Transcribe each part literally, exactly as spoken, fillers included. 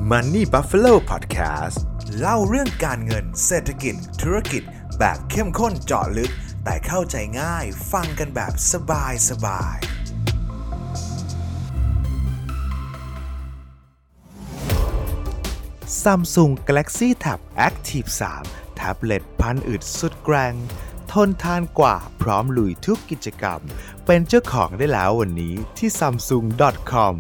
Money Buffalo Podcast เล่าเรื่องการเงินเศรษฐกิจธุรกิจแบบเข้มข้นเจาะลึกแต่เข้าใจง่ายฟังกันแบบสบายสบายSamsung Galaxy Tab Active สาม แท็บเล็ตพันอึดสุดแกร่งทนทานกว่าพร้อมลุยทุกกิจกรรมเป็นเจ้าของได้แล้ววันนี้ที่ ซัมซุง ดอท คอม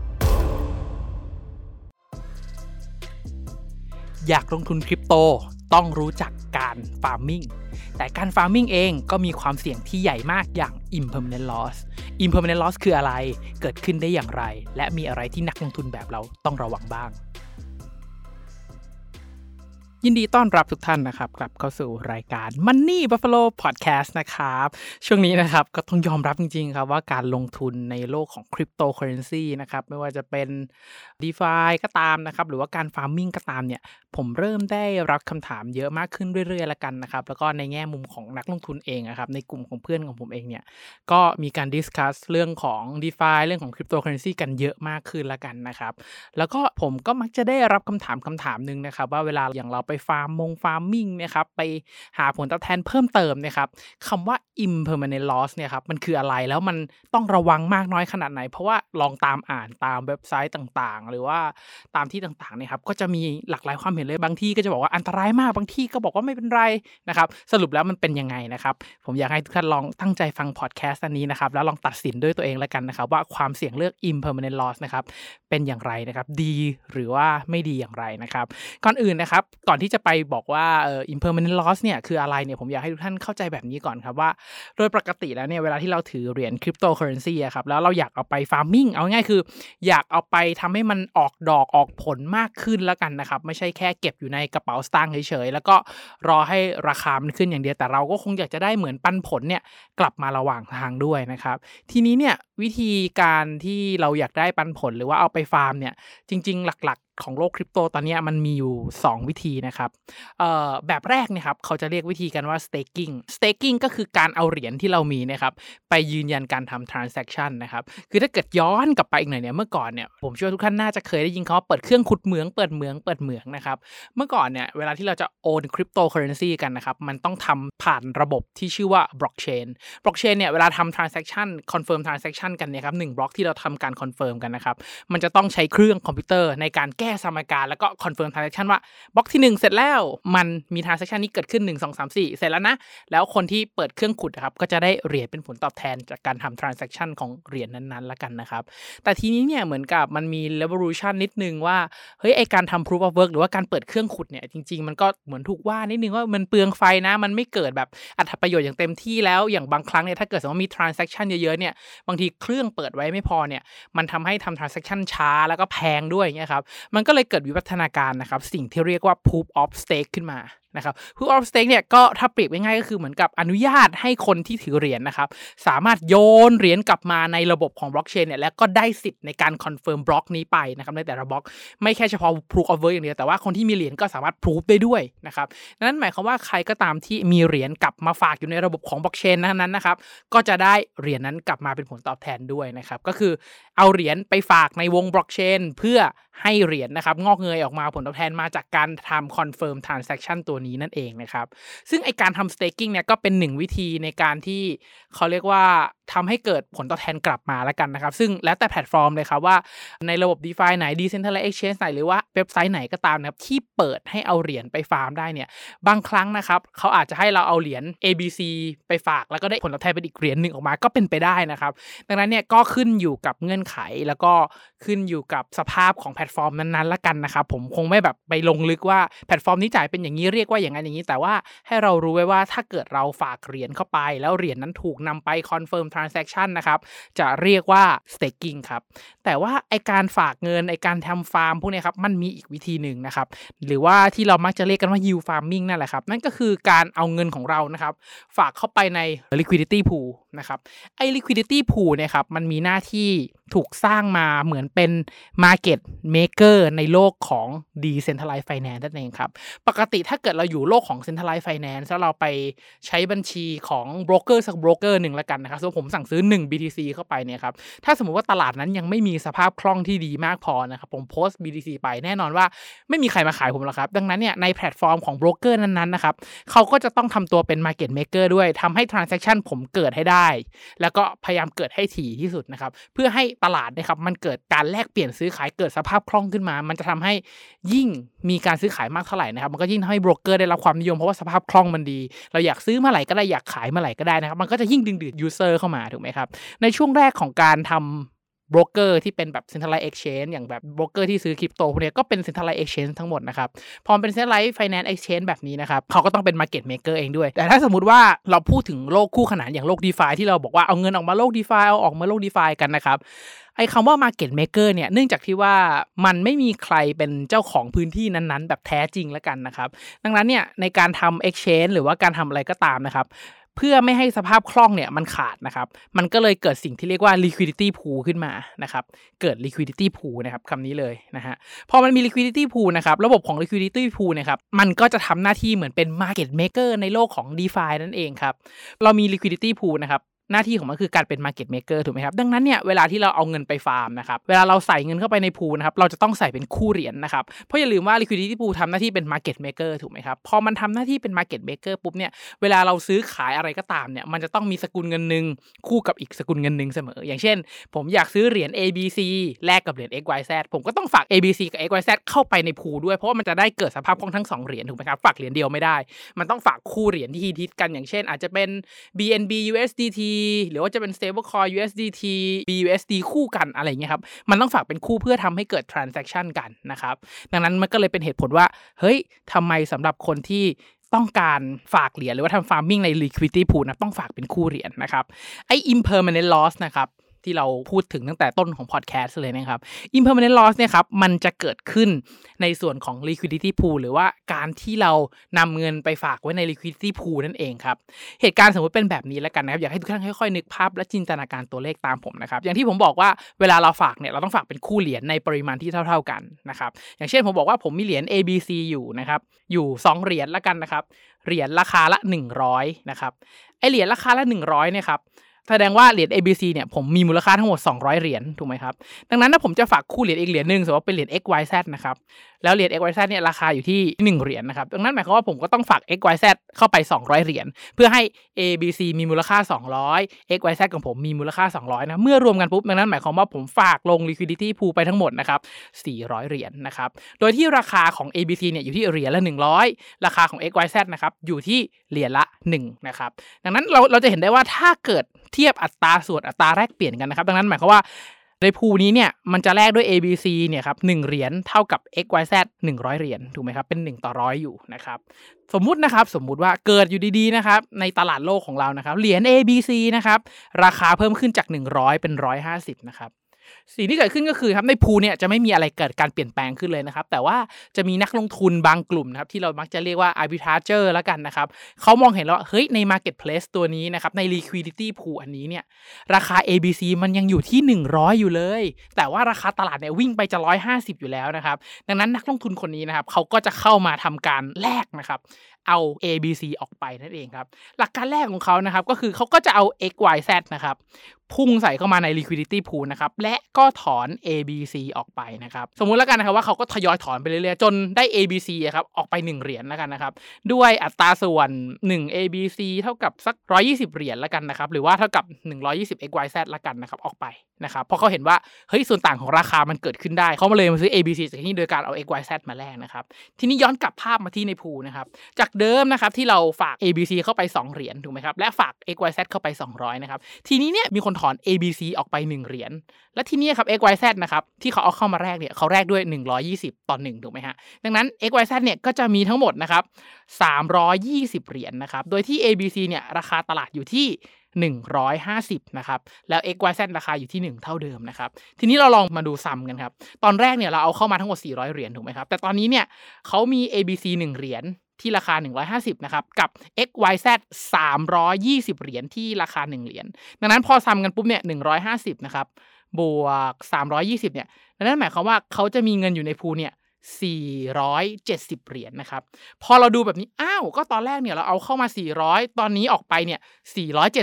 อยากลงทุนคริปโตต้องรู้จักการฟาร์มมิ่งแต่การฟาร์มมิ่งเองก็มีความเสี่ยงที่ใหญ่มากอย่าง impermanent loss impermanent loss คืออะไรเกิดขึ้นได้อย่างไรและมีอะไรที่นักลงทุนแบบเราต้องระวังบ้างยินดีต้อนรับทุกท่านนะครับกลับเข้าสู่รายการ Money Buffalo Podcast นะครับช่วงนี้นะครับก็ต้องยอมรับจริงๆครับว่าการลงทุนในโลกของ Cryptocurrency นะครับไม่ว่าจะเป็น DeFi ก็ตามนะครับหรือว่าการ Farming ก็ตามเนี่ยผมเริ่มได้รับคำถามเยอะมากขึ้นเรื่อยๆแล้วกันนะครับแล้วก็ในแง่มุมของนักลงทุนเองนะครับในกลุ่มของเพื่อนของผมเองเนี่ยก็มีการ discuss เรื่องของ DeFi เรื่องของ Cryptocurrency กันเยอะมากขึ้นแล้วกันนะครับแล้วก็ผมก็มักจะได้รับคำถามคำถามนึงนะครับว่าเวลาอย่างเราไปฟาร์มมงฟาร์มมิ่งนะครับไปหาผลตอบแทนเพิ่มเติมนะครับคำว่า impermanent loss เนี่ยครับมันคืออะไรแล้วมันต้องระวังมากน้อยขนาดไหนเพราะว่าลองตามอ่านตามเว็บไซต์ต่างๆหรือว่าตามที่ต่างๆเนี่ยครับก็จะมีหลากหลายความเห็นเลยบางที่ก็จะบอกว่าอันตรายมากบางที่ก็บอกว่าไม่เป็นไรนะครับสรุปแล้วมันเป็นยังไงนะครับผมอยากให้ทุกท่านลองตั้งใจฟังพอดแคสต์อันนี้นะครับแล้วลองตัดสินด้วยตัวเองแล้วกันนะครับว่าความเสี่ยงเลือก impermanent loss นะครับเป็นอย่างไรนะครับดีหรือว่าไม่ดีอย่างไรนะครับก่อนอื่นนะครับก่อนที่จะไปบอกว่าเอ่อ impermanent loss เนี่ยคืออะไรเนี่ยผมอยากให้ทุกท่านเข้าใจแบบนี้ก่อนครับว่าโดยปกติแล้วเนี่ยเวลาที่เราถือเหรียญ cryptocurrency อะครับแล้วเราอยากเอาไป farming เอาง่ายๆคืออยากเอาไปทำให้มันออกดอกออกผลมากขึ้นแล้วกันนะครับไม่ใช่แค่เก็บอยู่ในกระเป๋าสตางค์เฉยๆแล้วก็รอให้ราคามันขึ้นอย่างเดียวแต่เราก็คงอยากจะได้เหมือนปันผลเนี่ยกลับมาระหว่างทางด้วยนะครับทีนี้เนี่ยวิธีการที่เราอยากได้ปันผลหรือว่าเอาไปฟาร์มเนี่ยจริงๆหลักๆของโลกคริปโตตอนนี้มันมีอยู่สองวิธีนะครับเอ่อแบบแรกเนี่ยครับเขาจะเรียกวิธีกันว่า staking staking ก็คือการเอาเหรียญที่เรามีนะครับไปยืนยันการทำ transaction นะครับคือถ้าเกิดย้อนกลับไปอีกหน่อยเนี่ยเมื่อก่อนเนี่ยผมเชื่อว่าทุกท่านน่าจะเคยได้ยินคำว่าเปิดเครื่องขุดเหมืองเปิดเหมืองเปิดเหมืองนะครับเมื่อก่อนเนี่ยเวลาที่เราจะโอน cryptocurrency กันนะครับมันต้องทำผ่านระบบที่ชื่อว่า blockchain blockchain เนี่ยเวลาทำ transaction confirm transaction กันเนี่ยครับหนึ่งบล็อกที่เราทำการ confirm กันนะครับมันจะต้องใช้เครื่องคอมพิวเตอร์ในการแก้สมการแล้วก็ confirm transaction ว่าบล็อกที่หนึ่งเสร็จแล้วมันมี transaction นี้เกิดขึ้นหนึ่ง สอง สาม สี่เสร็จแล้วนะแล้วคนที่เปิดเครื่องขุดนะครับก็จะได้เหรียญเป็นผลตอบแทนจากการทำ transaction ของเหรียญนั้นๆละกันนะครับแต่ทีนี้เนี่ยเหมือนกับมันมี revolution นิดนึงว่าเฮ้ยไอการทำ proof of work หรือว่าการเปิดเครื่องขุดเนี่ยจริงๆมันก็เหมือนถูกว่านิดนึงว่ามันเปลืองไฟนะมันไม่เกิดแบบอรรถประโยชน์อย่างเต็มที่แล้วอย่างบางครั้งเนี่ยถ้าเกิดสมมติมี transaction เยอะๆเนี่ยบางทีเครื่องเปิดไว้ไม่พอเนี่ยมันทำให้ทำ transaction ช้าแล้วก็แพงด้วยอย่างเงี้ยครับมันก็เลยเกิดวิวัฒนาการนะครับสิ่งที่เรียกว่า proof of stake ขึ้นมานะครับ proof of stake เนี่ยก็ถ้าเปรียบง่ายๆก็คือเหมือนกับอนุญาตให้คนที่ถือเหรียญนะครับสามารถโยนเหรียญกลับมาในระบบของ blockchain เนี่ยแล้วก็ได้สิทธิ์ในการ confirm บล็อกนี้ไปนะครับในแต่ละบล็อกไม่แค่เฉพาะ proof of work อย่างเดียวแต่ว่าคนที่มีเหรียญก็สามารถ proof ได้ด้วยนะครับนั่นหมายความว่าใครก็ตามที่มีเหรียญกลับมาฝากอยู่ในระบบของ blockchain นั้นๆนะครับก็จะได้เหรียญนั้นกลับมาเป็นผลตอบแทนด้วยนะครับก็คือเอาเหรียญไปฝากในวง blockchain เพื่อให้เหรียญนะครับงอกเงยออกมาผลตอบแทนมาจากการทำ confirm transaction ตัวนี้นั่นเองนะครับซึ่งไอการทำ staking เนี่ยก็เป็นหนึ่งวิธีในการที่เขาเรียกว่าทำให้เกิดผลตอบแทนกลับมาแล้วกันนะครับซึ่งแล้วแต่แพลตฟอร์มเลยครับว่าในระบบ DeFi ไหน Decentralized Exchange ไหนหรือว่าเว็บไซต์ไหนก็ตามนะครับที่เปิดให้เอาเหรียญไปฟาร์มได้เนี่ยบางครั้งนะครับเขาอาจจะให้เราเอาเหรียญ เอ บี ซี ไปฝากแล้วก็ได้ผลตอบแทนเป็นอีกเหรียญนึงออกมาก็เป็นไปได้นะครับดังนั้นเนี่ยก็ขึ้นอยู่กับเงื่อนไขแล้วก็ขึ้นอยู่กับสภาพของแพลตฟอร์มนั้นๆละกันนะครับผมคงไม่แบบไปลงลึกว่าแพลตฟอร์มนี้จ่ายเป็นอย่างนี้เรียกว่าอย่างนั้นอย่างนี้แต่ว่าให้เรารู้ไว้ว่าถ้าเกิดเราฝากเหรียญเข้าไปแล้วเหรียญนั้นถูกนำไป confirm transaction นะครับจะเรียกว่า staking ครับแต่ว่าไอการฝากเงินไอการทำฟาร์มพวกนี้ครับมันมีอีกวิธีหนึ่งนะครับหรือว่าที่เรามักจะเรียกกันว่า yield farming นั่นแหละครับนั่นก็คือการเอาเงินของเรานะครับฝากเข้าไปใน liquidity pool นะครับไอ liquidity pool เนี่ยครับมันมีหน้าที่ถูกสร้างมาเหมือนเป็น market maker ในโลกของ decentralized finance นั่นเองครับปกติถ้าเกิดเราอยู่โลกของ centralized finance แล้วเราไปใช้บัญชีของโบรกเกอร์สักโบรกเกอร์หนึ่งแล้วกันนะครับสมมติผมผมสั่งซื้อหนึ่ง บี ที ซี เข้าไปเนี่ยครับถ้าสมมุติว่าตลาดนั้นยังไม่มีสภาพคล่องที่ดีมากพอนะครับผมโพสต์ บี ที ซี ไปแน่นอนว่าไม่มีใครมาขายผมหรอกครับดังนั้นเนี่ยในแพลตฟอร์มของโบรกเกอร์นั้นๆนะครับเขาก็จะต้องทำตัวเป็น market maker ด้วยทำให้ transaction ผมเกิดให้ได้แล้วก็พยายามเกิดให้ถี่ที่สุดนะครับเพื่อให้ตลาดนะครับมันเกิดการแลกเปลี่ยนซื้อขายเกิดสภาพคล่องขึ้นมามันจะทำให้ยิ่งมีการซื้อขายมากเท่าไหร่นะครับมันก็ยิ่งทำให้โบรกเกอร์ได้รับความนิยมเพราะว่าสภาพคล่องมันดีเราอยากซื้อเมื่อไหร่ก็ได้อยากขายเมื่อไหร่ก็ได้นะครับมันก็จะยิ่งดึงดูด user เข้ามาถูกไหมครับในช่วงแรกของการทำโบรกเกอร์ที่เป็นแบบ centralized exchange อย่างแบบโบรกเกอร์ที่ซื้อคริปโตพวกนี้ก็เป็น centralized exchange ทั้งหมดนะครับพอเป็น centralized finance exchange แบบนี้นะครับเขาก็ต้องเป็น market maker เองด้วยแต่ถ้าสมมุติว่าเราพูดถึงโลกคู่ขนานอย่างโลก DeFi ที่เราบอกว่าเอาเงินออกมาโลก DeFi เอาออกมาโลก DeFi กันนะครับไอ้คำว่า market maker เนี่ยเนื่องจากที่ว่ามันไม่มีใครเป็นเจ้าของพื้นที่นั้นๆแบบแท้จริงแล้วกันนะครับดังนั้นเนี่ยในการทำ exchange หรือว่าการทำอะไรก็ตามนะครับเพื่อไม่ให้สภาพคล่องเนี่ยมันขาดนะครับมันก็เลยเกิดสิ่งที่เรียกว่า liquidity pool ขึ้นมานะครับเกิด liquidity pool นะครับคำนี้เลยนะฮะพอมันมี liquidity pool นะครับระบบของ liquidity pool นะครับมันก็จะทำหน้าที่เหมือนเป็น market maker ในโลกของ DeFi นั่นเองครับเรามี liquidity pool นะครับหน้าที่ของมันคือการเป็น market maker ถูกไหมครับดังนั้นเนี่ยเวลาที่เราเอาเงินไปฟาร์มนะครับเวลาเราใส่เงินเข้าไปในพูลนะครับเราจะต้องใส่เป็นคู่เหรียญ น, นะครับเพราะอย่าลืมว่า liquidity pool ทำหน้าที่เป็น market maker ถูกไหมครับพอมันทำหน้าที่เป็น market maker ปุ๊บเนี่ยเวลาเราซื้อขายอะไรก็ตามเนี่ยมันจะต้องมีสกุลเงินนึงคู่กับอีกสกุลเงินนึงเสมออย่างเช่นผมอยากซื้อเหรียญ เอ บี ซี แลกกับเหรียญ เอ็กซ์ วาย แซด ผมก็ต้องฝาก เอ บี ซี กับ เอ็กซ์ วาย แซด เข้าไปในพูลด้วยเพราะว่ามันจะได้เกิดสภาพคล่องทั้งสองเหรียญถูกไหมครับฝากเหรียญเดียวไม่ได้มันต้องฝากคู่เหรียญที่ฮิตๆกันอย่างเช่นอาจจะเป็น บี เอ็น บี ยู เอส ดี ที หรือว่าจะเป็นstablecoin ยู เอส ดี ที บี ยู เอส ดี คู่กันอะไรอย่างเงี้ยครับมันต้องฝากเป็นคู่เพื่อทำให้เกิด transaction กันนะครับดังนั้นมันก็เลยเป็นเหตุผลว่าเฮ้ยทำไมสำหรับคนที่ต้องการฝากเหรียญหรือว่าทำ farming ใน liquidity pool นะต้องฝากเป็นคู่เหรียญนะครับไอ้ impermanent loss นะครับที่เราพูดถึงตั้งแต่ต้นของพอดแคสต์เลยนะครับ impermanent loss เนี่ยครับมันจะเกิดขึ้นในส่วนของ liquidity pool หรือว่าการที่เรานำเงินไปฝากไว้ใน liquidity pool นั่นเองครับเหตุการณ์สมมติเป็นแบบนี้แล้วกันนะครับอยากให้ทุกท่านค่อยๆนึกภาพและจินตนาการตัวเลขตามผมนะครับอย่างที่ผมบอกว่าเวลาเราฝากเนี่ยเราต้องฝากเป็นคู่เหรียญในปริมาณที่เท่าๆกันนะครับอย่างเช่นผมบอกว่าผมมีเหรียญ เอ บี ซี อยู่นะครับอยู่สองเหรียญแล้วกันนะครับเหรียญราคาละหนึ่งร้อยนะครับไอเหรียญราคาละหนึ่งร้อยเนี่ยครับแสดงว่าเหรียญ เอ บี ซี เนี่ยผมมีมูลค่าทั้งหมดสองร้อยเหรียญถูกไหมครับดังนั้นถ้าผมจะฝากคู่เหรียญอีกเหรียญนึงสมมติว่าเป็นเหรียญ เอ็กซ์ วาย แซด นะครับแล้วเหรียญ เอ็กซ์ วาย แซด เนี่ยราคาอยู่ที่หนึ่งเหรียญนะครับดังนั้นหมายความว่าผมก็ต้องฝาก เอ็กซ์ วาย แซด เข้าไปสองร้อยเหรียญเพื่อให้ เอ บี ซี มีมูลค่าสองร้อย เอ็กซ์ วาย แซด ของผมมีมูลค่าสองร้อยนะเมื่อรวมกันปุ๊บดังนั้นหมายความว่าผมฝากลง liquidity pool ไปทั้งหมดนะครับสี่ร้อยเหรียญนะครับโดยที่ราคาของ เอ บี ซี เนี่ยอยู่ที่เหรียญละหนึ่งร้อยราคาของ เอ็กซ์ วาย แซด นะครับอยู่ที่เหรียญละหนึ่งนะครับดังนั้นเราเราจะเห็นได้ว่าถ้าเกิดเทียบอัตราส่วนอัตราแลกเปลี่ยนกันนะครับดังนั้นหมายความว่าในพูลนี้เนี่ยมันจะแลกด้วย เอ บี ซี เนี่ยครับหนึ่งเหรียญเท่ากับ เอ็กซ์ วาย แซด หนึ่งร้อยเหรียญถูกไหมครับเป็นหนึ่งต่อหนึ่งร้อยอยู่นะครับสมมุตินะครับสมมุติว่าเกิดอยู่ดีๆนะครับในตลาดโลกของเรานะครับเหรียญ เอ บี ซี นะครับราคาเพิ่มขึ้นจากหนึ่งร้อยเป็นหนึ่งร้อยห้าสิบนะครับสิ่งที่เกิดขึ้นก็คือครับในพูลเนี่ยจะไม่มีอะไรเกิดการเปลี่ยนแปลงขึ้นเลยนะครับแต่ว่าจะมีนักลงทุนบางกลุ่มนะครับที่เรามักจะเรียกว่า arbitrager แล้วกันนะครับเขามองเห็นแล้วเฮ้ยใน marketplace ตัวนี้นะครับใน liquidity pool อันนี้เนี่ยราคา เอ บี ซี มันยังอยู่ที่หนึ่งร้อยอยู่เลยแต่ว่าราคาตลาดเนี่ยวิ่งไปจะหนึ่งร้อยห้าสิบอยู่แล้วนะครับดังนั้นนักลงทุนคนนี้นะครับเขาก็จะเข้ามาทำการแลกนะครับเอา เอ บี ซี ออกไปนั่นเองครับหลักการแรกของเขานะครับก็คือเขาก็จะเอา เอ็กซ์ วาย แซด นะครับพุ่งใส่เข้ามาใน liquidity pool นะครับและก็ถอน เอ บี ซี ออกไปนะครับสมมุติแล้วกันนะครับว่าเขาก็ทยอยถอนไปเรื่อยๆจนได้ เอ บี ซี อ่ะครับออกไปหนึ่งเหรียญแล้วกันนะครับด้วยอัตราส่วนหนึ่ง เอ บี ซี เท่ากับสักหนึ่งร้อยยี่สิบเหรียญแล้วกันนะครับหรือว่าเท่ากับหนึ่งร้อยยี่สิบ เอ็กซ์ วาย แซด แล้วกันนะครับออกไปนะครับเพราะเขาเห็นว่าเฮ้ยส่วนต่างของราคามันเกิดขึ้นได้เขามาเลยมาซื้อ เอ บี ซี จากที่นี่โดยการเอา เอ็กซ์ วาย แซด มาแลกนะครับทีนี้ย้อนกลับภาพมาที่ในพูลนะครับจากเดิมนะครับที่เราฝาก เอ บี ซี เข้าไปสองเหรียญถูกไหมครับและฝาก เอ็กซ์ วาย แซด เข้าไปสองร้อยนะครับทีนี้เนี่ยมีคนถอน เอ บี ซี ออกไปหนึ่งเหรียญและทีนี้ครับ เอ็กซ์ วาย แซด นะครับที่เขาเอาเข้ามาแลกเนี่ยเขาแลกด้วยหนึ่งร้อยยี่สิบต่อหนึ่งถูกไหมฮะดังนั้น เอ็กซ์ วาย แซด เนี่ยก็จะมีทั้งหมดนะครับสามร้อยยี่สิบเหรียญนะครับโดยที่ เอ บี ซี เนี่ยราคาตลาดอยู่ที่หนึ่งร้อยห้าสิบนะครับแล้ว เอ็กซ์ วาย แซด ราคาอยู่ที่หนึ่งเท่าเดิมนะครับทีนี้เราลองมาดูซัมกันครับตอนแรกเนี่ยเราเอาเข้ามาทั้งหมดสี่ร้อยเหรียญถูกไหมครับแต่ตอนนี้เนี่ยเขามี เอ บี ซี หนึ่งเหรียญที่ราคาหนึ่งร้อยห้าสิบนะครับกับ เอ็กซ์ วาย แซด สามร้อยยี่สิบเหรียญที่ราคาหนึ่งเหรียญดังนั้นพอซัมกันปุ๊บเนี่ยหนึ่งร้อยห้าสิบนะครับบวกสามร้อยยี่สิบเนี่ยนั่นหมายความว่าเขาจะมีเงินอยู่ในพูลเนี่ยสี่ร้อยเจ็ดสิบเหรียญนะครับพอเราดูแบบนี้อ้าวก็ตอนแรกเนี่ยเราเอาเข้ามาสี่ร้อยตอนนี้ออกไปเนี่ยสี่ร้อยเจ็ดสิบ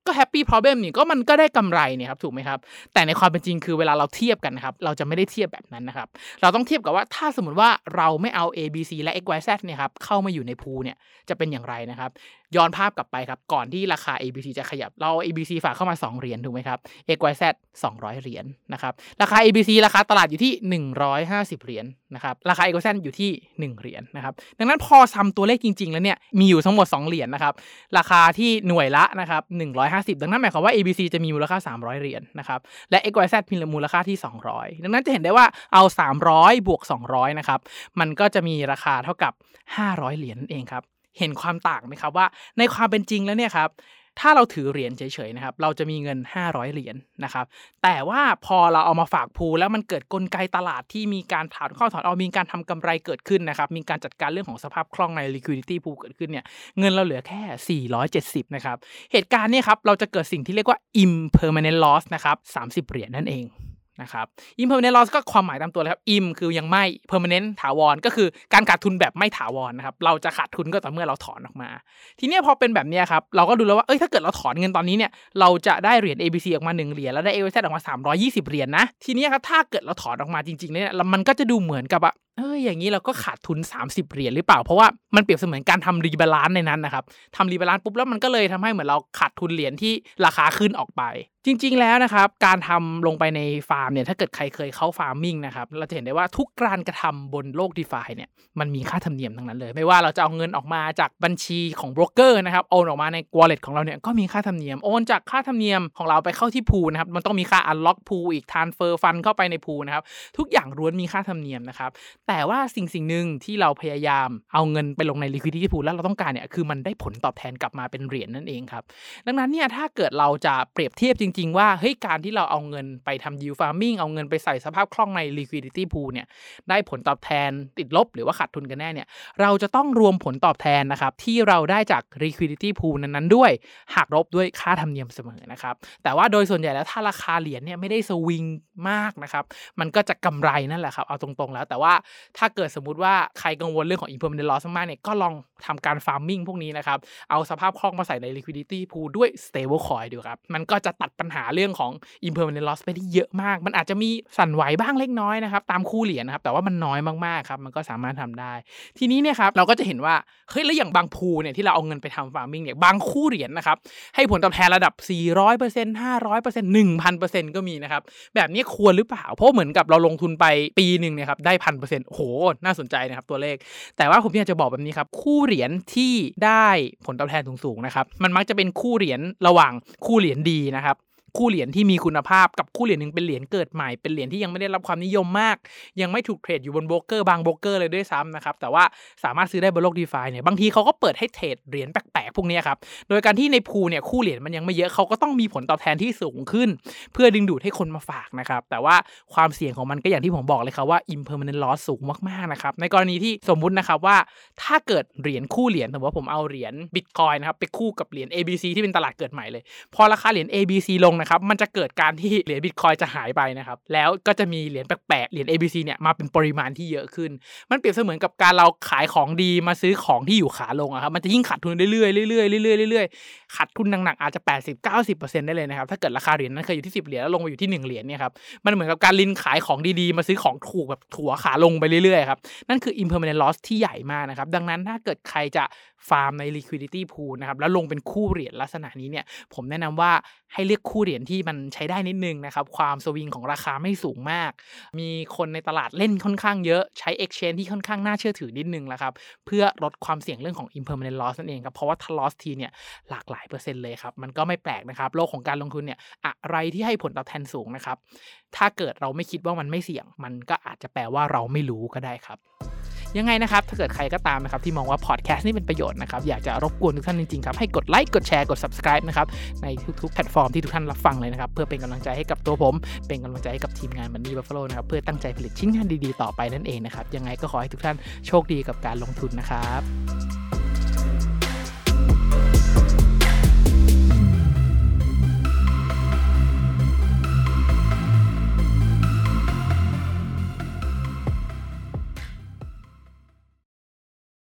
ก็แฮปปี้ problem นี่ก็มันก็ได้กำไรเนี่ยครับถูกไหมครับแต่ในความเป็นจริงคือเวลาเราเทียบกันนะครับเราจะไม่ได้เทียบแบบนั้นนะครับเราต้องเทียบกับว่าถ้าสมมุติว่าเราไม่เอา A B C และ เอ็กซ์ วาย แซด เนี่ยครับเข้ามาอยู่ในพูลเนี่ยจะเป็นอย่างไรนะครับย้อนภาพกลับไปครับก่อนที่ราคา A B C จะขยับเรา A B C ฝากเข้ามาสองเหรียญถูกไหมครับ เอ็กซ์ วาย แซด สองร้อยเหรียญนะครับราคา A B C ราคาตลาดอยู่ที่หนึ่งร้อยห้าสิบเหรียญนะครับราคา เอ็กซ์ วาย แซด อยู่ที่หนึ่งเหรียญนะครับดังนั้นพอซัมตัวเลขจริงๆแล้วเนี่ยมีอยู่ทั้งหมดสองเหรียญนะครับราคาที่หน่วยละนะครับหนึ่งร้อยห้าสิบดังนั้นหมายความว่า A B C จะมีมูลค่าสามร้อยเหรียญนะครับและ เอ็กซ์ วาย แซด มีมูลค่าที่สองร้อยดังนั้นจะเห็นได้ว่าเอาสามร้อยบวกสองร้อยนะครับมันก็จะมีราคาเท่ากับห้าร้อยเหรียญนั่นเองครับเห็นความต่างไหมครับว่าในความเป็นจริงแล้วเนี่ยครับถ้าเราถือเหรียญเฉยๆนะครับเราจะมีเงินห้าร้อยเหรียญนะครับแต่ว่าพอเราเอามาฝากพูลแล้วมันเกิดกลไกตลาดที่มีการถอนเข้าถอนออกมีการทำกำไรเกิดขึ้นนะครับมีการจัดการเรื่องของสภาพคล่องใน liquidity pool เกิดขึ้นเนี่ยเงินเราเหลือแค่สี่ร้อยเจ็ดสิบนะครับเหตุการณ์นี้ครับเราจะเกิดสิ่งที่เรียกว่า impermanent loss นะครับสามสิบเหรียญนั่นเองนะครับ impermanent loss ก็ความหมายตามตัวเลยครับ im คือยังไม่ permanent ถาวรก็คือการขาดทุนแบบไม่ถาวรนะครับเราจะขาดทุนก็ต่อเมื่อเราถอนออกมาทีนี้พอเป็นแบบนี้ครับเราก็ดูแล้วว่าเอ้ยถ้าเกิดเราถอนเงินตอนนี้เนี่ยเราจะได้เหรียญ A B C ออกมาหนึ่งเหรียญแล้วได้ เอ็กซ์ วาย แซด ออกมาสามร้อยยี่สิบเหรียญนะทีนี้ครับถ้าเกิดเราถอนออกมาจริงๆเนี่ยมันก็จะดูเหมือนกับว่าเอ้ยอย่างนี้เราก็ขาดทุนสามสิบเหรียญหรือเปล่าเพราะว่ามันเปรียบเสมือนการทำรีบาลานซ์ในนั้นนะครับทำรีบาลานซ์ปุ๊บแล้วมันก็เลยทำให้เหมือนเราขาดทุนเหรียญที่ราคาขึ้นออกไปจริงๆแล้วนะครับการทำลงไปในฟาร์มเนี่ยถ้าเกิดใครเคยเข้าฟาร์มมิ่งนะครับเราจะเห็นได้ว่าทุกการกระทำบนโลก DeFi เนี่ยมันมีค่าธรรมเนียมทั้งนั้นเลยไม่ว่าเราจะเอาเงินออกมาจากบัญชีของโบรกเกอร์นะครับโอนออกมาใน wallet ของเราเนี่ยก็มีค่าธรรมเนียมโอนจากค่าธรรมเนียมของเราไปเข้าที่พูลนะครับมันต้องมีค่า unlock pool อีก transfer fund เข้าไปในพูลนะครับทุกอย่างล้วนมีค่าธรรมเนียมนะครับแต่ว่าสิ่งสิ่งหนึ่งที่เราพยายามเอาเงินไปลงใน liquidity pool แล้วเราต้องการเนี่ยคือมันได้ผลตอบแทนกลับมาเป็นเหรียญ นั่นเองครับดังนั้นเนี่ยถ้าเกิดเราจะเปรียบเทียบจริงๆว่าเฮ้ยการที่เราเอาเงินไปทำ yield farming เอาเงินไปใส่สภาพคล่องใน liquidity pool เนี่ยได้ผลตอบแทนติดลบหรือว่าขาดทุนกันแน่เนี่ยเราจะต้องรวมผลตอบแทนนะครับที่เราได้จาก liquidity pool นั้นๆด้วยหักลบด้วยค่าธรรมเนียมเสมอนะครับแต่ว่าโดยส่วนใหญ่แล้วถ้าราคาเหรียญเนี่ยไม่ได้สวิงมากนะครับมันก็จะกำไรนั่นแหละครับเอาตรงๆแล้วแต่ว่าถ้าเกิดสมมุติว่าใครกังวลเรื่องของ impermanent loss มากๆเนี่ยก็ลองทำการ farming พวกนี้นะครับเอาสภาพคล่องมาใส่ใน liquidity pool ด้วย stable coin ดูครับมันก็จะตัดปัญหาเรื่องของ impermanent loss ไปได้เยอะมากมันอาจจะมีสั่นไหวบ้างเล็กน้อยนะครับตามคู่เหรียญนะครับแต่ว่ามันน้อยมากๆครับมันก็สามารถทำได้ทีนี้เนี่ยครับเราก็จะเห็นว่าเฮ้ยแล้วอย่างบางพูลเนี่ยที่เราเอาเงินไปทำ farming เนี่ยบางคู่เหรียญนะครับให้ผลตอบแทนระดับ สี่ร้อยเปอร์เซ็นต์ ห้าร้อยเปอร์เซ็นต์ หนึ่งพันเปอร์เซ็นต์ ก็มีนะครับแบบนี้ควรหรือเปล่าเพราะเหมือนกับเราลงทุนไปปีนึงเนี่ยครับได้ หนึ่งพันเปอร์เซ็นต์ โอ้โหน่าสนใจนะครับตัวเลขแต่ว่าผมอยากจะบอกแบบนี้ครับคู่เหรียญที่ได้ผลตอบแทนสูงๆนะครับมันมักจะเป็นคู่เหรียญระหว่างคู่เหรียญดีนะครับคู่เหรียญที่มีคุณภาพกับคู่เหรียญนึงเป็นเหรียญเกิดใหม่เป็นเหรียญที่ยังไม่ได้รับความนิยมมากยังไม่ถูกเทรดอยู่บนโบรกเกอร์บางโบรกเกอร์เลยด้วยซ้ำนะครับแต่ว่าสามารถซื้อได้บนโลก DeFi เนี่ยบางทีเขาก็เปิดให้เทรดเหรียญแปลกๆพวกนี้ครับโดยการที่ในพูลเนี่ยคู่เหรียญมันยังไม่เยอะเขาก็ต้องมีผลตอบแทนที่สูงขึ้นเพื่อดึงดูดให้คนมาฝากนะครับแต่ว่าความเสี่ยงของมันก็อย่างที่ผมบอกเลยครับว่า impermanent loss สูงมากๆนะครับในกรณีที่สมมุตินะครับว่าถ้าเกิดเหรียญคู่เหรียญสมมติว่าผมเอาเหรียญ Bitcoin นะครับไปคู่กับเหรียญ เอ บี ซี ที่เป็นตลาดเกิดใหม่เลยพอราคาเหรียญ เอ บี ซี ลงนะครับมันจะเกิดการที่เหรียญ Bitcoin จะหายไปนะครับแล้วก็จะมีเหรียญแปลกๆเหรียญ เอ บี ซี เนี่ยมาเป็นปริมาณที่เยอะขึ้นมันเปรียบเสมือนกับการเราขายของดีมาซื้อของที่อยู่ขาลงอะครับมันจะยิ่งขาดทุนเรื่อยๆเรื่อยๆเรื่อยๆเรื่อยๆขาดทุนหนักๆอาจจะ แปดสิบถึงเก้าสิบเปอร์เซ็นต์ ได้เลยนะครับถ้าเกิดราคาเหรียญนั้นเคยอยู่ที่สิบเหรียญแล้วลงมาอยู่ที่หนึ่งเหรียญเนี่ยครับมันเหมือนกับการลินขายของดีๆมาซื้อของถูกแบบถัวขาลงไปเรื่อยๆครับนั่นคือ impermanent loss ที่ใหญ่มากนะครับดังนั้นถ้าเกิดใครจะฟาร์มใน liquidity pool นะครับแล้วลงเป็นคู่เหรียญลักษณะนี้เนี่ยผมแนะนำว่าให้เลือกคู่เหรียญที่มันใช้ได้นิดนึงนะครับความสวิงของราคาไม่สูงมากมีคนในตลาดเล่นค่อนข้างเยอะใช้ exchange ที่ค่อนข้างน่าเชื่อถือนิดนึงแล้วครับเพื่อลดความเสี่ยงเรื่องของ impermanent loss นั่นเองครับเพราะว่าถ้า loss ทีเนี่ยหลากหลายเปอร์เซ็นต์เลยครับมันก็ไม่แปลกนะครับโลกของการลงทุนเนี่ยอะไรที่ให้ผลตอบแทนสูงนะครับถ้าเกิดเราไม่คิดว่ามันไม่เสี่ยงมันก็อาจจะแปลว่าเราไม่รู้ก็ได้ครับยังไงนะครับถ้าเกิดใครก็ตามนะครับที่มองว่าพอดแคสต์นี่เป็นประโยชน์นะครับอยากจะรบกวนทุกท่านจริงๆครับให้กดไลค์กดแชร์กด Subscribe นะครับในทุกๆแพลตฟอร์มที่ทุกท่านรับฟังเลยนะครับเพื่อเป็นกำลังใจให้กับตัวผมเป็นกำลังใจให้กับทีมงาน Money Buffalo นะครับเพื่อตั้งใจผลิตชิ้นงานดีๆต่อไปนั่นเองนะครับยังไงก็ขอให้ทุกท่านโชคดีกับการลงทุนนะครับ